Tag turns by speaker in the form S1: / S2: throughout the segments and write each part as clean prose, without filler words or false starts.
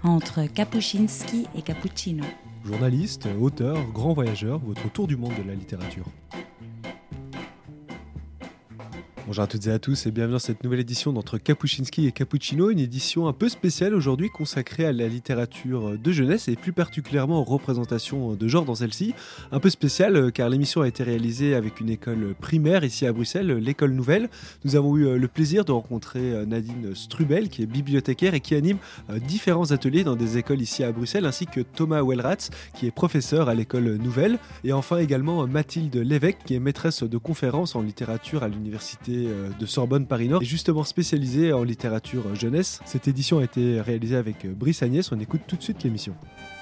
S1: entre Kapuscinski et Cappuccino.
S2: Journaliste, auteur, grand voyageur, votre tour du monde de la littérature. Bonjour à toutes et à tous et bienvenue dans cette nouvelle édition d'Entre Kapuscinski et Cappuccino, une édition un peu spéciale aujourd'hui consacrée à la littérature de jeunesse et plus particulièrement aux représentations de genre dans celle-ci. Un peu spéciale car l'émission a été réalisée avec une école primaire ici à Bruxelles, l'école Nouvelle. Nous avons eu le plaisir de rencontrer Nadine Strubel qui est bibliothécaire et qui anime différents ateliers dans des écoles ici à Bruxelles, ainsi que Thomas Wellratz qui est professeur à l'école Nouvelle, et enfin également Mathilde Lévesque qui est maîtresse de conférences en littérature à l'université de Sorbonne Paris-Nord et justement spécialisée en littérature jeunesse. Cette édition a été réalisée avec Brice Agnès. On écoute tout de suite l'émission.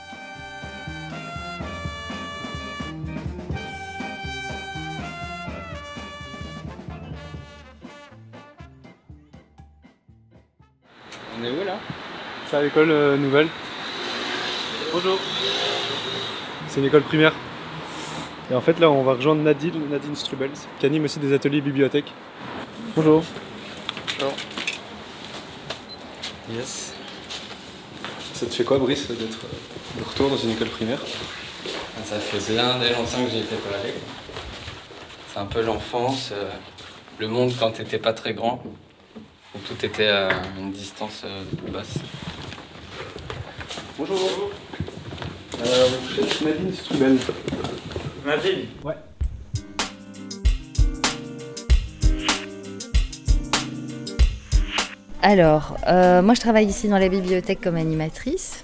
S3: On est où là ?
S2: C'est à l'école Nouvelle.
S3: Bonjour.
S2: C'est une école primaire. Et en fait là on va rejoindre Nadine Strubel qui anime aussi des ateliers bibliothèque. Bonjour.
S3: Bonjour. Yes.
S2: Ça te fait quoi Brice d'être de retour dans une école primaire ?
S3: Ça fait bien dès longtemps que j'ai été collé. C'est un peu l'enfance, le monde quand t'étais pas très grand, où tout était à une distance basse.
S2: Bonjour. Nadine Strubel.
S3: Nadine ?
S2: Ouais.
S4: Alors, moi je travaille ici dans la bibliothèque comme animatrice.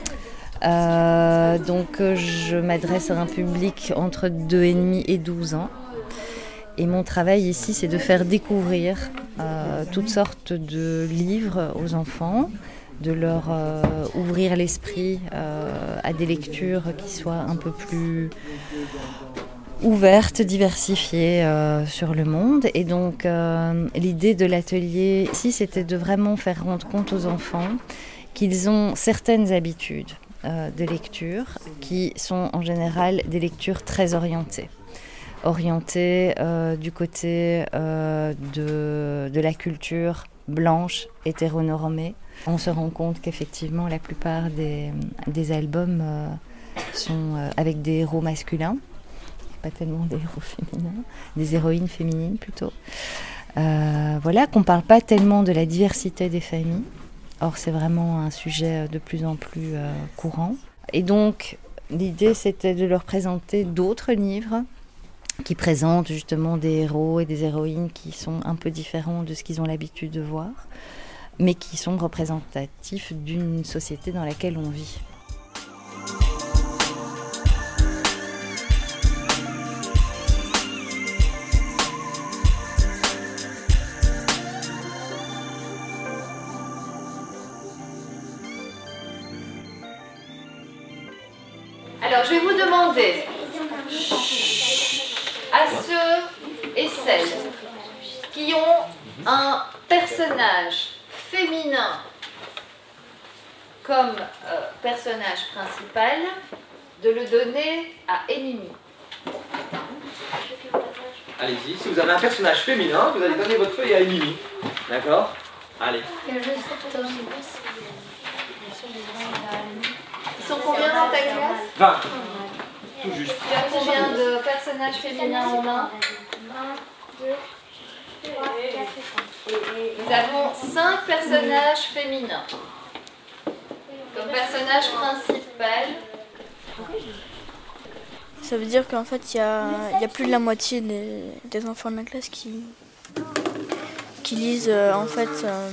S4: Donc je m'adresse à un public entre 2,5 et 12 ans. Et mon travail ici, c'est de faire découvrir toutes sortes de livres aux enfants, de leur ouvrir l'esprit à des lectures qui soient un peu plus ouvertes, diversifiées sur le monde. Et donc l'idée de l'atelier ici, c'était de vraiment faire rendre compte aux enfants qu'ils ont certaines habitudes de lecture qui sont en général des lectures très orientées du côté de la culture blanche, hétéronormée. On se rend compte qu'effectivement la plupart des albums sont avec des héros masculins, pas tellement des héros féminins, des héroïnes féminines plutôt. Voilà, qu'on ne parle pas tellement de la diversité des familles. Or, c'est vraiment un sujet de plus en plus courant. Et donc, l'idée, c'était de leur présenter d'autres livres qui présentent justement des héros et des héroïnes qui sont un peu différents de ce qu'ils ont l'habitude de voir, mais qui sont représentatifs d'une société dans laquelle on vit.
S5: Alors, je vais vous demander à ceux et celles qui ont un personnage féminin comme personnage principal de le donner à Émilie.
S6: Allez-y, si vous avez un personnage féminin, vous allez donner votre feuille à Émilie. D'accord ? Allez.
S5: Ils sont combien dans ta classe ?
S6: 20. Tout juste.
S5: Tu as combien de personnages féminins en main ?
S7: 1, 2, 3, 4, 5.
S5: Nous avons 5 personnages féminins. Comme personnage principal.
S7: Ça veut dire qu'en fait, il y a plus de la moitié des enfants de la classe qui lisent en fait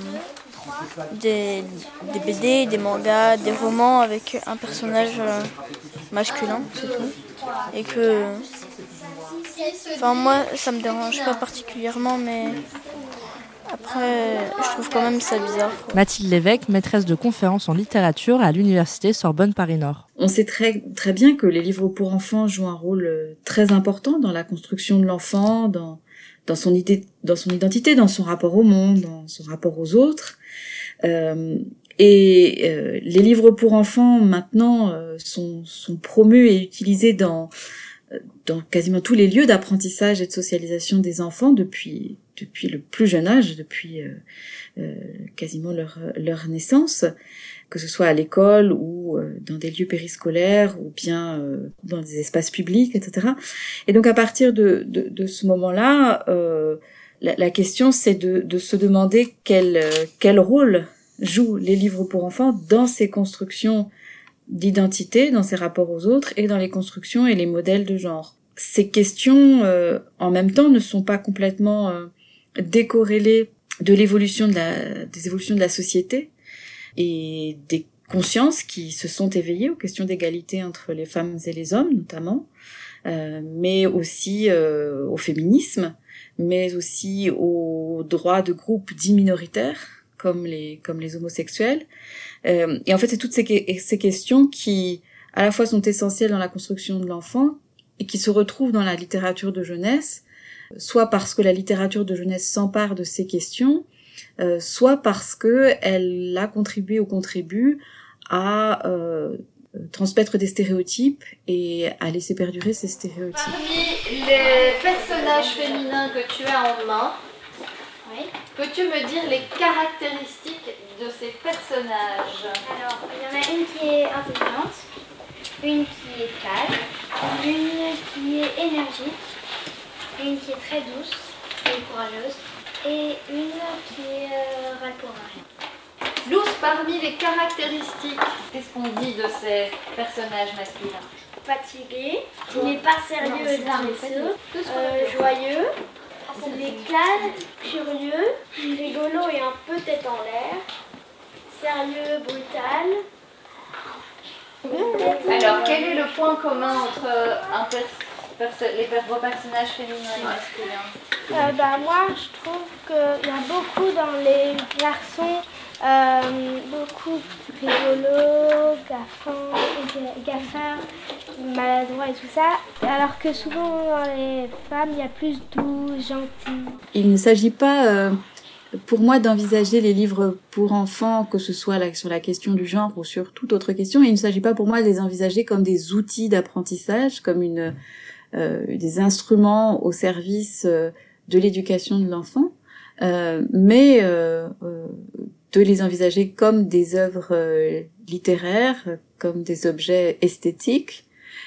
S7: des BD, des mangas, des romans avec un personnage masculin, c'est tout. Et que... Enfin, moi, ça me dérange pas particulièrement, mais après, je trouve quand même ça bizarre.
S8: Mathilde Lévesque, maîtresse de conférences en littérature à l'université Sorbonne Paris-Nord.
S9: On sait très, très bien que les livres pour enfants jouent un rôle très important dans la construction de l'enfant, dans son identité, dans son rapport au monde, dans son rapport aux autres. Les livres pour enfants maintenant sont promus et utilisés dans quasiment tous les lieux d'apprentissage et de socialisation des enfants depuis depuis le plus jeune âge, depuis quasiment leur naissance, que ce soit à l'école ou dans des lieux périscolaires ou bien dans des espaces publics, etc. Et donc à partir de ce moment-là, la question c'est de se demander quel rôle jouent les livres pour enfants dans ces constructions d'identité, dans ces rapports aux autres et dans les constructions et les modèles de genre. Ces questions, en même temps, ne sont pas complètement décorrélées de des évolutions de la société et des consciences qui se sont éveillées aux questions d'égalité entre les femmes et les hommes, notamment, mais aussi au féminisme, mais aussi aux droits de groupes dits minoritaires, comme les homosexuels. Et en fait, c'est toutes ces questions qui, à la fois, sont essentielles dans la construction de l'enfant et qui se retrouvent dans la littérature de jeunesse, soit parce que la littérature de jeunesse s'empare de ces questions, soit parce que elle a contribué ou contribue à transmettre des stéréotypes et à laisser perdurer ces stéréotypes.
S5: Parmi les personnages féminins que tu as en main, peux-tu me dire les caractéristiques de ces personnages?
S10: Alors, il y en a une qui est intelligente, une qui est calme, une qui est énergique, une qui est très douce et courageuse, et une qui est râle pour rien.
S5: Luz, parmi les caractéristiques, qu'est-ce qu'on dit de ces personnages masculins?
S10: Fatigué, il n'est pas sérieux et paresseux, joyeux, il est calme, curieux, rigolo et un peu tête en l'air, sérieux, brutal.
S5: Alors, quel est le point commun entre vos personnages féminins et masculins?
S10: Moi, je trouve qu'il y a beaucoup dans les garçons, beaucoup rigolos, gaffeurs, maladroits et tout ça, alors que souvent dans les femmes, il y a plus doux, gentil.
S9: Il ne s'agit pas, pour moi, d'envisager les livres pour enfants, que ce soit sur la question du genre ou sur toute autre question. Il ne s'agit pas pour moi de les envisager comme des outils d'apprentissage, comme des instruments au service de l'éducation de l'enfant, mais de les envisager comme des œuvres littéraires, comme des objets esthétiques,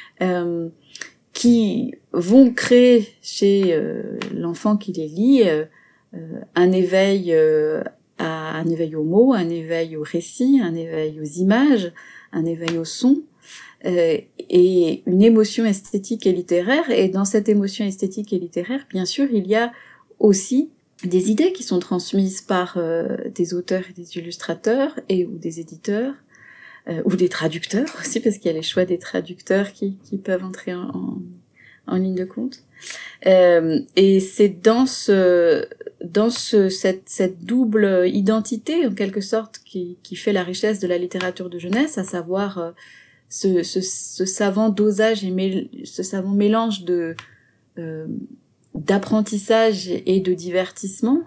S9: qui vont créer chez l'enfant qui les lit un éveil aux mots, un éveil au récit, un éveil aux images, un éveil au son, et une émotion esthétique et littéraire. Et dans cette émotion esthétique et littéraire, bien sûr, il y a aussi des idées qui sont transmises par des auteurs et des illustrateurs ou des éditeurs, ou des traducteurs aussi, parce qu'il y a les choix des traducteurs qui peuvent entrer en ligne de compte. Et c'est dans cette double identité, en quelque sorte, qui fait la richesse de la littérature de jeunesse, à savoir ce savant dosage et ce savant mélange d'apprentissage et de divertissement,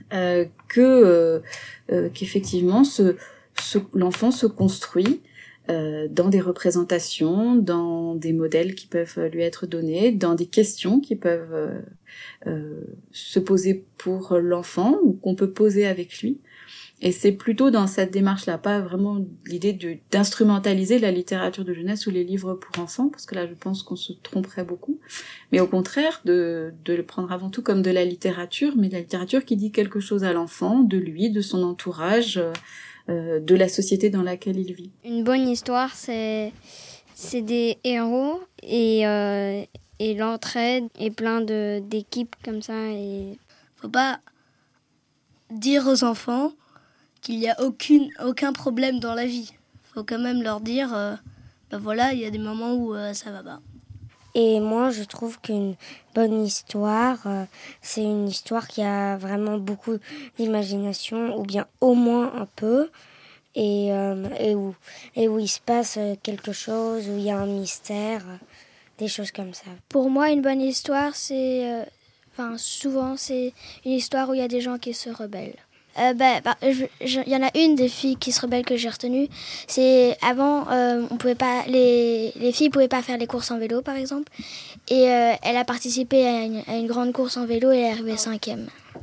S9: qu'effectivement l'enfant se construit dans des représentations, dans des modèles qui peuvent lui être donnés, dans des questions qui peuvent se poser pour l'enfant ou qu'on peut poser avec lui. Et c'est plutôt dans cette démarche-là, pas vraiment l'idée d'instrumentaliser la littérature de jeunesse ou les livres pour enfants, parce que là je pense qu'on se tromperait beaucoup, mais au contraire de le prendre avant tout comme de la littérature, mais de la littérature qui dit quelque chose à l'enfant, de lui, de son entourage, de la société dans laquelle il vit.
S11: Une bonne histoire, c'est des héros et l'entraide et plein d'équipes comme ça. Et
S12: faut pas dire aux enfants qu'il n'y a aucun problème dans la vie. Faut quand même leur dire, voilà, il y a des moments où ça va pas.
S13: Et moi, je trouve qu'une bonne histoire, c'est une histoire qui a vraiment beaucoup d'imagination, ou bien au moins un peu, et où il se passe quelque chose, où il y a un mystère, des choses comme ça.
S10: Pour moi, une bonne histoire, souvent, c'est une histoire où il y a des gens qui se rebellent. Il y en a une des filles qui se rebelle que j'ai retenue. C'est avant, on pouvait pas, les filles pouvaient pas faire les courses en vélo, par exemple. Et elle a participé à une grande course en vélo et elle est arrivée 5e.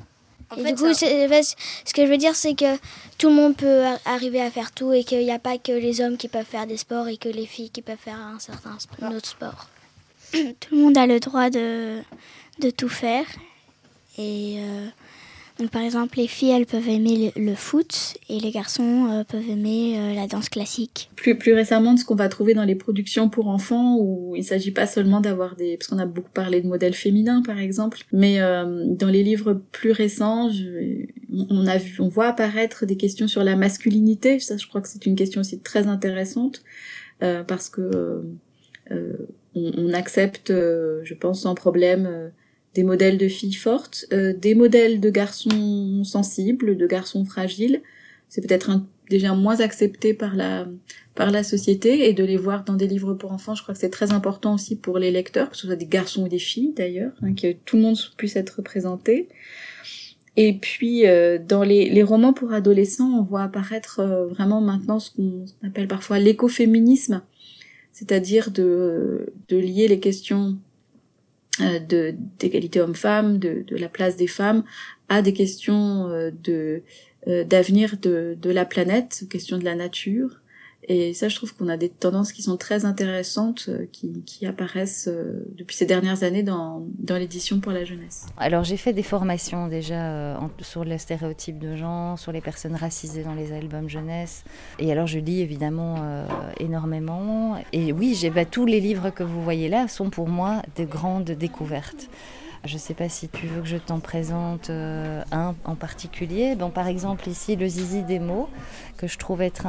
S10: Et du coup, ce que je veux dire, c'est que tout le monde peut arriver à faire tout et qu'il n'y a pas que les hommes qui peuvent faire des sports et que les filles qui peuvent faire un autre sport. Tout le monde a le droit de tout faire. Et donc, par exemple, les filles, elles peuvent aimer le foot et les garçons peuvent aimer la danse classique.
S9: Plus récemment, de ce qu'on va trouver dans les productions pour enfants, où il ne s'agit pas seulement d'avoir parce qu'on a beaucoup parlé de modèles féminins, par exemple, mais dans les livres plus récents, on voit apparaître des questions sur la masculinité. Ça, je crois que c'est une question aussi très intéressante, parce que on accepte, je pense, sans problème, des modèles de filles fortes, des modèles de garçons sensibles, de garçons fragiles. C'est peut-être déjà moins accepté par la société, et de les voir dans des livres pour enfants, je crois que c'est très important aussi pour les lecteurs, que ce soit des garçons ou des filles d'ailleurs, que tout le monde puisse être représenté. Et puis dans les romans pour adolescents, on voit apparaître vraiment maintenant ce qu'on appelle parfois l'écoféminisme, c'est-à-dire de lier les questions d'égalité homme-femme, de la place des femmes, à des questions d'avenir de la planète, questions de la nature. Et ça, je trouve qu'on a des tendances qui sont très intéressantes, qui apparaissent depuis ces dernières années dans l'édition pour la jeunesse.
S4: Alors j'ai fait des formations déjà sur le stéréotype de genre, sur les personnes racisées dans les albums jeunesse. Et alors je lis évidemment énormément. Et oui, tous les livres que vous voyez là sont pour moi de grandes découvertes. Je ne sais pas si tu veux que je t'en présente un en particulier. Bon, par exemple ici, le Zizi des mots, que je trouve être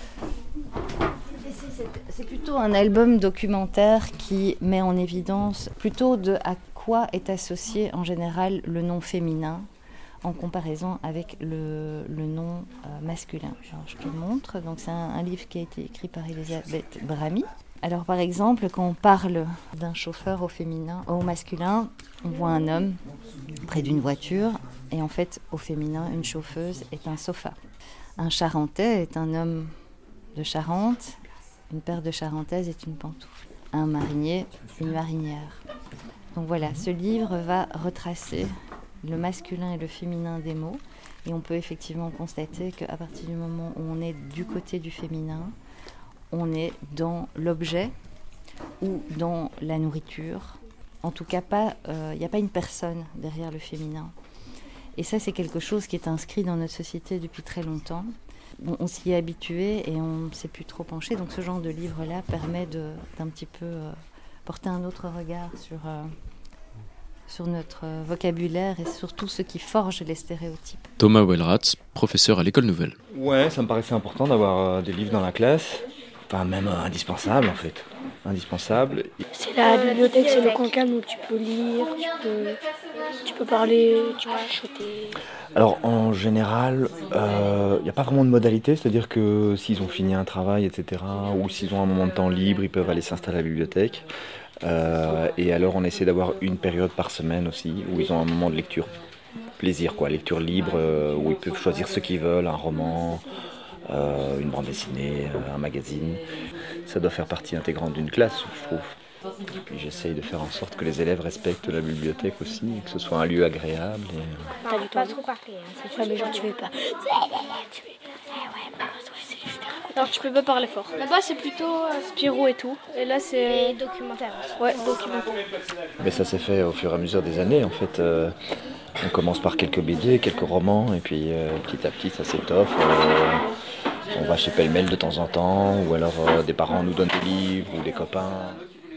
S4: c'est plutôt un album documentaire qui met en évidence plutôt à quoi est associé en général le nom féminin en comparaison avec le nom masculin. Alors, je te le montre. Donc, c'est un livre qui a été écrit par Elisabeth Bramy. Alors par exemple, quand on parle d'un chauffeur au masculin, on voit un homme près d'une voiture, et en fait au féminin, une chauffeuse est un sofa. Un charentais est un homme de Charente, une paire de charentaises est une pantoufle. Un marinier, une marinière. Donc voilà, ce livre va retracer le masculin et le féminin des mots, et on peut effectivement constater qu'à partir du moment où on est du côté du féminin, on est dans l'objet ou dans la nourriture. En tout cas, il n'y a pas une personne derrière le féminin. Et ça, c'est quelque chose qui est inscrit dans notre société depuis très longtemps. On s'y est habitué et on ne s'est plus trop penché. Donc ce genre de livre-là permet d'un petit peu porter un autre regard sur notre vocabulaire et sur tout ce qui forge les stéréotypes.
S14: Thomas Wellratz, professeur à l'École Nouvelle.
S15: Ouais, ça me paraissait important d'avoir des livres dans la classe. Enfin, même indispensable en fait. Indispensable.
S12: C'est la bibliothèque, c'est le coin calme où tu peux lire, tu peux parler, tu peux chuchoter.
S15: Alors en général, il n'y a pas vraiment de modalité, c'est-à-dire que s'ils ont fini un travail, etc., ou s'ils ont un moment de temps libre, ils peuvent aller s'installer à la bibliothèque. Et alors on essaie d'avoir une période par semaine aussi, où ils ont un moment de lecture plaisir, lecture libre, où ils peuvent choisir ce qu'ils veulent, un roman, une bande dessinée, un magazine. Ça doit faire partie intégrante d'une classe, je trouve. Et puis j'essaye de faire en sorte que les élèves respectent la bibliothèque aussi, et que ce soit un lieu agréable.
S12: T'as du temps. Pas trop parler, hein, si mais genre tu veux pas. Non, tu peux pas parler fort. Là-bas c'est plutôt Spirou et tout, et là c'est documentaire. Ouais, documentaire.
S15: Mais ça s'est fait au fur et à mesure des années en fait. On commence par quelques BD, quelques romans, et puis petit à petit ça s'étoffe. On va chez Pêle-Mêle de temps en temps, ou alors des parents nous donnent des livres, ou des copains.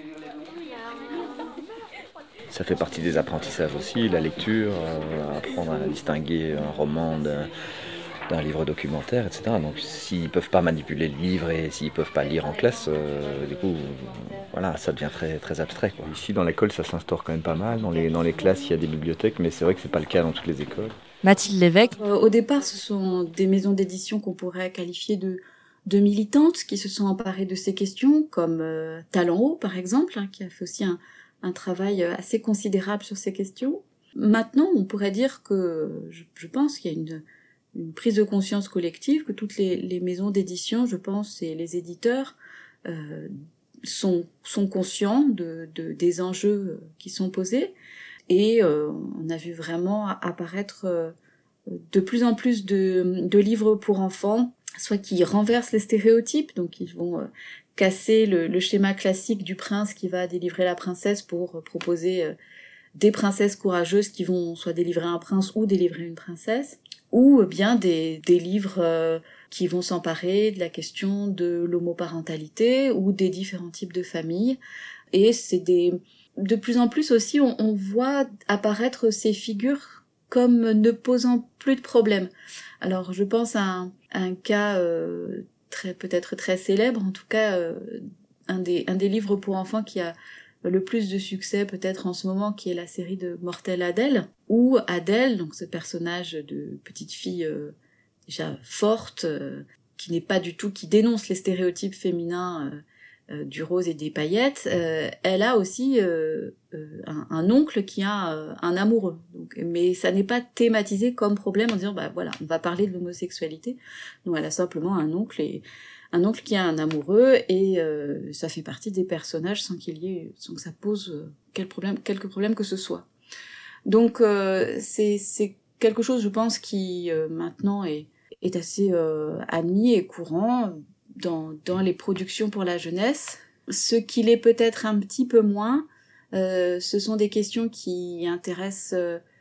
S15: Ça fait partie des apprentissages aussi, la lecture, apprendre à distinguer un roman d'un livre documentaire, etc. Donc s'ils ne peuvent pas manipuler le livre et s'ils ne peuvent pas lire en classe, du coup, voilà, ça devient très, très abstrait. Ici, dans l'école, ça s'instaure quand même pas mal. Dans les classes, il y a des bibliothèques, mais c'est vrai que ce n'est pas le cas dans toutes les écoles.
S8: Mathilde Lévesque.
S9: Au départ, ce sont des maisons d'édition qu'on pourrait qualifier de militantes qui se sont emparées de ces questions, comme Talent Haut, par exemple, qui a fait aussi un travail assez considérable sur ces questions. Maintenant, on pourrait dire que je pense qu'il y a une prise de conscience collective, que toutes les maisons d'édition, je pense, et les éditeurs sont conscients des enjeux qui sont posés. Et on a vu vraiment apparaître de plus en plus de livres pour enfants, soit qui renversent les stéréotypes, donc ils vont casser le schéma classique du prince qui va délivrer la princesse pour proposer des princesses courageuses qui vont soit délivrer un prince ou délivrer une princesse, ou bien des livres qui vont s'emparer de la question de l'homoparentalité ou des différents types de familles. Et c'est de plus en plus aussi, on voit apparaître ces figures comme ne posant plus de problème. Alors je pense à un cas peut-être très célèbre, en tout cas un des livres pour enfants qui a le plus de succès peut-être en ce moment, qui est la série de Mortelle Adèle, où Adèle, donc ce personnage de petite fille déjà forte, qui n'est pas du tout, qui dénonce les stéréotypes féminins du rose et des paillettes, elle a aussi un oncle qui a un amoureux. Donc, mais ça n'est pas thématisé comme problème en disant bah voilà, on va parler de l'homosexualité. Donc elle a simplement un oncle qui a un amoureux, et ça fait partie des personnages sans que ça pose quelques problèmes que ce soit. Donc c'est quelque chose, je pense, qui maintenant est assez admis et courant dans les productions pour la jeunesse. Ce qu'il est peut-être un petit peu moins, ce sont des questions qui intéressent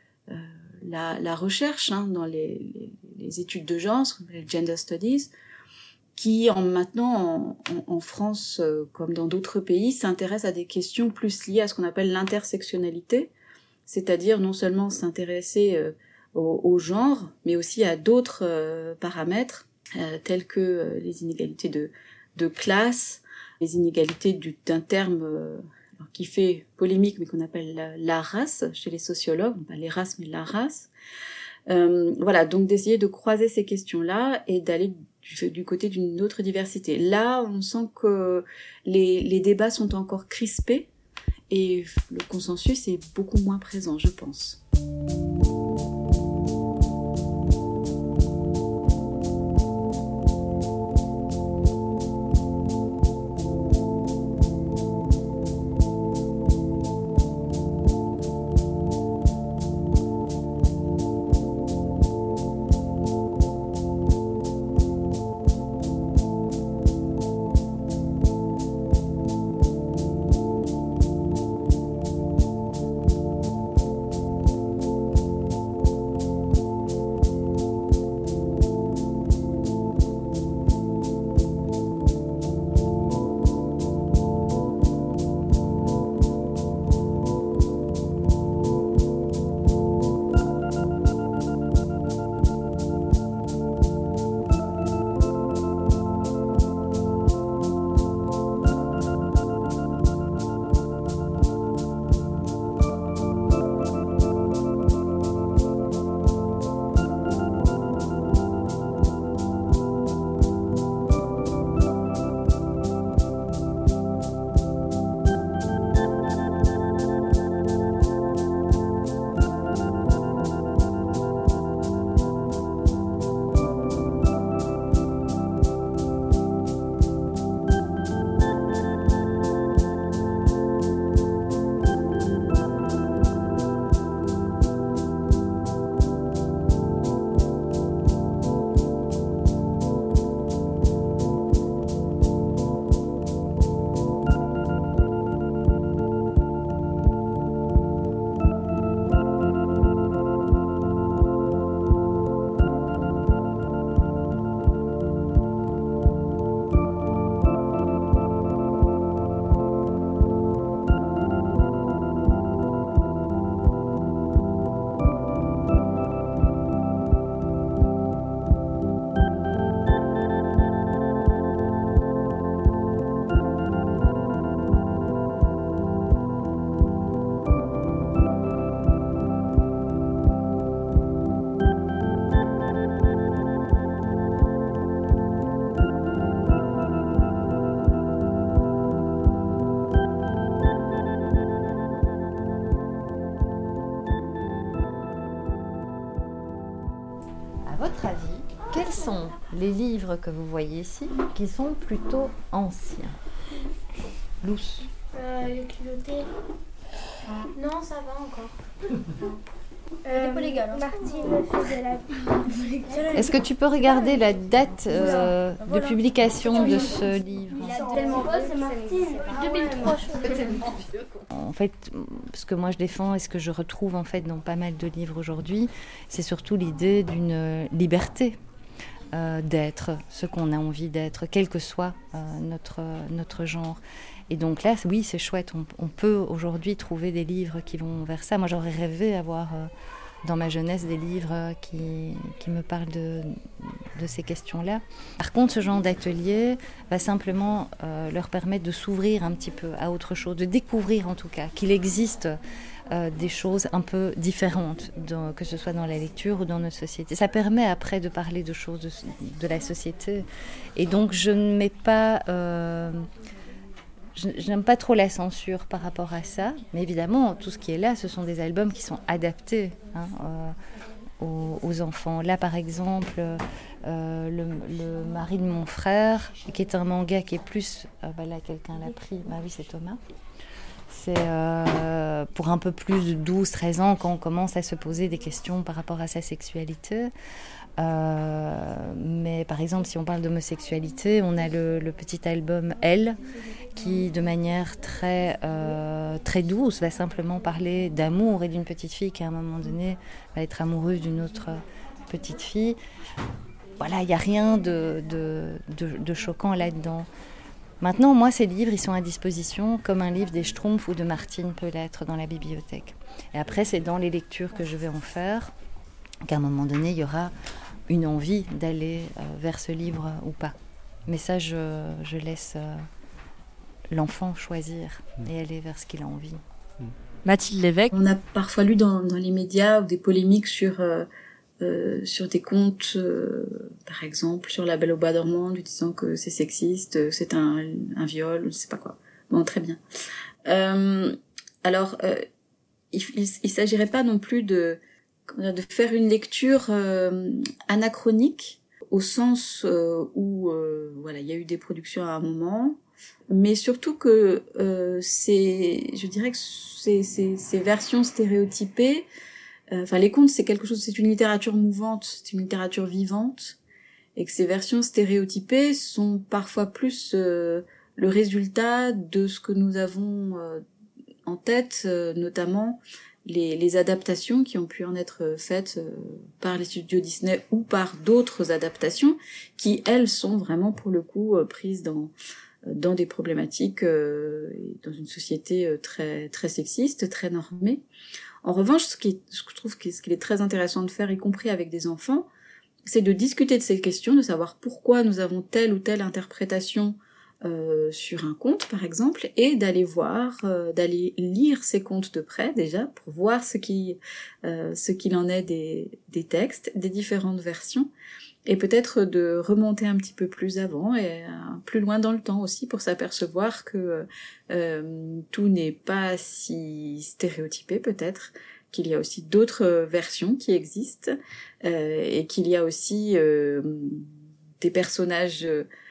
S9: la recherche dans les études de genre, les gender studies, qui maintenant en France comme dans d'autres pays s'intéressent à des questions plus liées à ce qu'on appelle l'intersectionnalité, c'est-à-dire non seulement s'intéresser au genre, mais aussi à d'autres paramètres tels que les inégalités de classe, les inégalités d'un terme qui fait polémique mais qu'on appelle la race chez les sociologues, pas les races mais la race. Voilà, donc d'essayer de croiser ces questions-là et d'aller du côté d'une autre diversité. Là, on sent que les débats sont encore crispés et le consensus est beaucoup moins présent, je pense.
S4: votre avis, quels sont les livres que vous voyez ici qui sont plutôt anciens? Luce.
S10: Les culottés. Non, ça va encore. Martine faisait la...
S4: Est-ce que tu peux regarder la date de publication de ce livre?
S10: C'est Martine. 2003.
S4: En fait, ce que moi je défends et ce que je retrouve en fait dans pas mal de livres aujourd'hui, c'est surtout l'idée d'une liberté d'être ce qu'on a envie d'être, quel que soit notre genre. Et donc là, oui, c'est chouette. On peut aujourd'hui trouver des livres qui vont vers ça. Moi, j'aurais rêvé avoir dans ma jeunesse des livres qui me parlent de ces questions-là. Par contre, ce genre d'atelier va simplement leur permettre de s'ouvrir un petit peu à autre chose, de découvrir en tout cas qu'il existe des choses un peu différentes, que ce soit dans la lecture ou dans notre société. Ça permet après de parler de choses de la société. Et donc, je ne mets pas... Je n'aime pas trop la censure par rapport à ça, mais évidemment, tout ce qui est là, ce sont des albums qui sont adaptés aux enfants. Là, par exemple, le mari de mon frère, qui est un manga qui est plus... là, quelqu'un l'a pris. Bah oui, c'est Thomas. C'est pour un peu plus de 12-13 ans, quand on commence à se poser des questions par rapport à sa sexualité. Mais par exemple, si on parle d'homosexualité, on a le petit album Elle, qui de manière très douce va simplement parler d'amour et d'une petite fille qui à un moment donné va être amoureuse d'une autre petite fille. Voilà, il n'y a rien de choquant là-dedans. Maintenant, moi, ces livres, ils sont à disposition comme un livre des Schtroumpfs ou de Martine peut l'être dans la bibliothèque. Et après, c'est dans les lectures que je vais en faire qu'à un moment donné, il y aura une envie d'aller vers ce livre ou pas. Mais ça, je laisse l'enfant choisir et aller vers ce qu'il a envie.
S8: Mathilde Lévesque.
S9: On a parfois lu dans les médias des polémiques sur des contes, par exemple, sur La Belle au Bois dormant, lui disant que c'est sexiste, c'est un viol, je sais pas quoi. Bon, très bien. Alors, il s'agirait pas non plus de faire une lecture anachronique, au sens où il y a eu des productions à un moment, mais surtout que je dirais que ces versions stéréotypées, les contes, c'est une littérature mouvante, c'est une littérature vivante, et que ces versions stéréotypées sont parfois plus le résultat de ce que nous avons en tête, notamment les adaptations qui ont pu en être faites par les studios Disney ou par d'autres adaptations qui, elles, sont vraiment pour le coup prises dans des problématiques dans une société très très sexiste, très normée. En revanche, ce que je trouve qu'il est très intéressant de faire, y compris avec des enfants, c'est de discuter de ces questions, de savoir pourquoi nous avons telle ou telle interprétation sur un conte, par exemple, et d'aller d'aller lire ces contes de près déjà, pour voir ce qu'il en est des textes, des différentes versions, et peut-être de remonter un petit peu plus avant et plus loin dans le temps aussi, pour s'apercevoir que tout n'est pas si stéréotypé peut-être, qu'il y a aussi d'autres versions qui existent, et qu'il y a aussi des personnages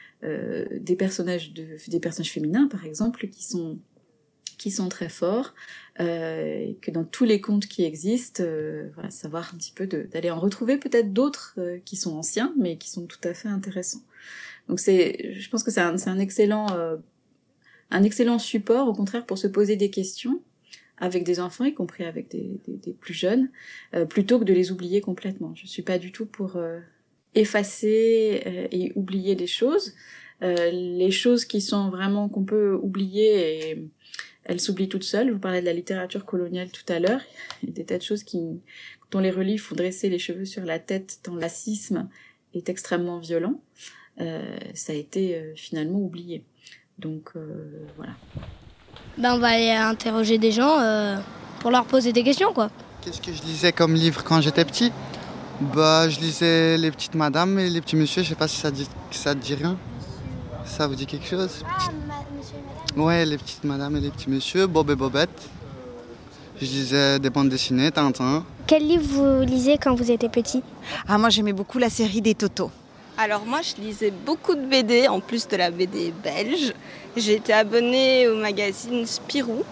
S9: féminins par exemple qui sont très forts, et que dans tous les contes qui existent, savoir un petit peu d'aller en retrouver peut-être d'autres qui sont anciens mais qui sont tout à fait intéressants. Donc je pense que c'est un excellent support au contraire pour se poser des questions avec des enfants, y compris avec des plus jeunes, plutôt que de les oublier complètement. Je suis pas du tout pour effacer et oublier les choses. Les choses qui sont vraiment qu'on peut oublier, et elles s'oublient toutes seules. Vous parlez de la littérature coloniale tout à l'heure. Il y a des tas de choses quand on les relit, il faut dresser les cheveux sur la tête tant le racisme est extrêmement violent. Ça a été finalement oublié. Donc voilà.
S12: On va aller interroger des gens pour leur poser des questions, quoi.
S16: Qu'est-ce que je lisais comme livre quand j'étais petit ? Je lisais Les Petites Madames et Les Petits Messieurs, je sais pas si ça te dit rien. Ça vous dit quelque chose ? Ouais, Les Petites Madames et Les Petits Messieurs, Bob et Bobette. Je lisais des bandes dessinées, Tintin.
S10: Quel livre vous lisez quand vous étiez petit ?
S17: Moi j'aimais beaucoup la série des Totos.
S18: Alors moi je lisais beaucoup de BD, en plus de la BD belge. J'ai été abonnée au magazine Spirou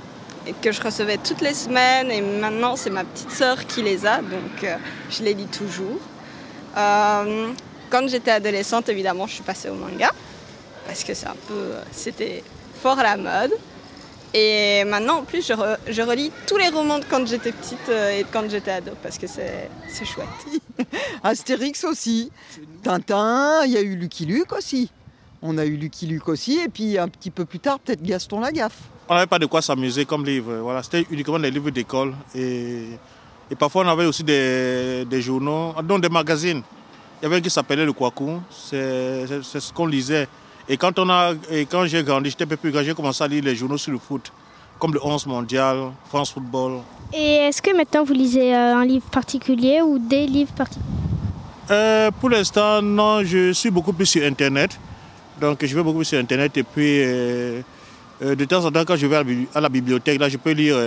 S18: et que je recevais toutes les semaines et maintenant c'est ma petite sœur qui les a, donc je les lis toujours. Quand j'étais adolescente, évidemment, je suis passée au manga parce que c'était fort à la mode. Et maintenant, en plus, je relis tous les romans de quand j'étais petite et de quand j'étais ado parce que c'est chouette.
S19: Astérix aussi, Tintin, il y a eu Lucky Luke aussi. On a eu Lucky Luke aussi, et puis un petit peu plus tard, peut-être Gaston Lagaffe.
S20: On n'avait pas de quoi s'amuser comme livre. Voilà, c'était uniquement des livres d'école. Et parfois, on avait aussi des journaux, donc des magazines. Il y avait un qui s'appelait Le Kwaku. C'est ce qu'on lisait. Et quand j'ai grandi, j'étais un peu plus grand, j'ai commencé à lire les journaux sur le foot, comme le 11 mondial, France Football.
S11: Et est-ce que maintenant vous lisez un livre particulier ou des livres particuliers?
S20: Pour l'instant, non, je suis beaucoup plus sur Internet. Donc je vais beaucoup plus sur Internet et puis de temps en temps, quand je vais à la bibliothèque, là, je peux lire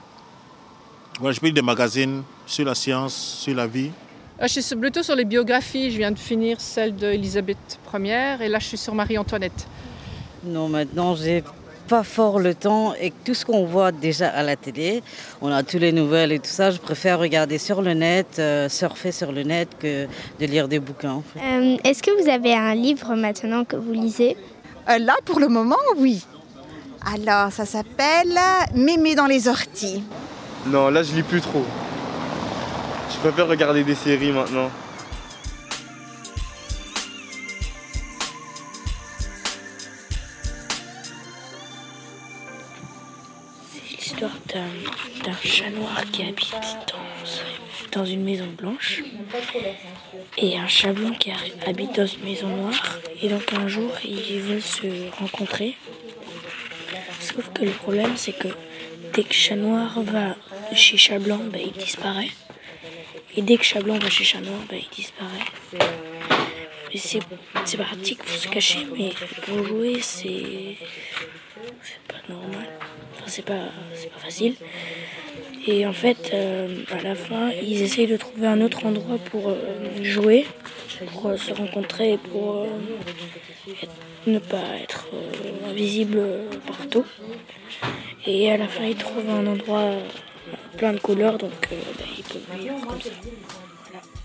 S20: des magazines sur la science, sur la vie.
S21: Je suis plutôt sur les biographies. Je viens de finir celle d'Élisabeth Ier et là je suis sur Marie-Antoinette.
S22: Non, maintenant j'ai pas fort le temps et tout ce qu'on voit déjà à la télé, on a toutes les nouvelles et tout ça, je préfère regarder sur le net, surfer sur le net que de lire des bouquins. En fait.
S11: Est-ce que vous avez un livre maintenant que vous lisez?
S17: Là, pour le moment, oui. Alors, ça s'appelle Mémé dans les orties.
S23: Non, là je lis plus trop. Je préfère regarder des séries maintenant.
S24: C'est l'histoire d'un chat noir qui habite dans une maison blanche et un chat blanc qui habite dans une maison noire. Et donc un jour, ils veulent se rencontrer. Sauf que le problème, c'est que dès que chat noir va chez chat blanc, il disparaît. Et dès que chat blanc va chez chat noir, il disparaît. Et c'est pratique pour se cacher, mais pour jouer, c'est pas normal. Enfin, c'est pas facile. Et en fait, à la fin, ils essayent de trouver un autre endroit pour jouer, pour se rencontrer, pour ne pas être invisible partout. Et à la fin, ils trouvent un endroit plein de couleurs, donc ils peuvent vivre comme ça. Voilà.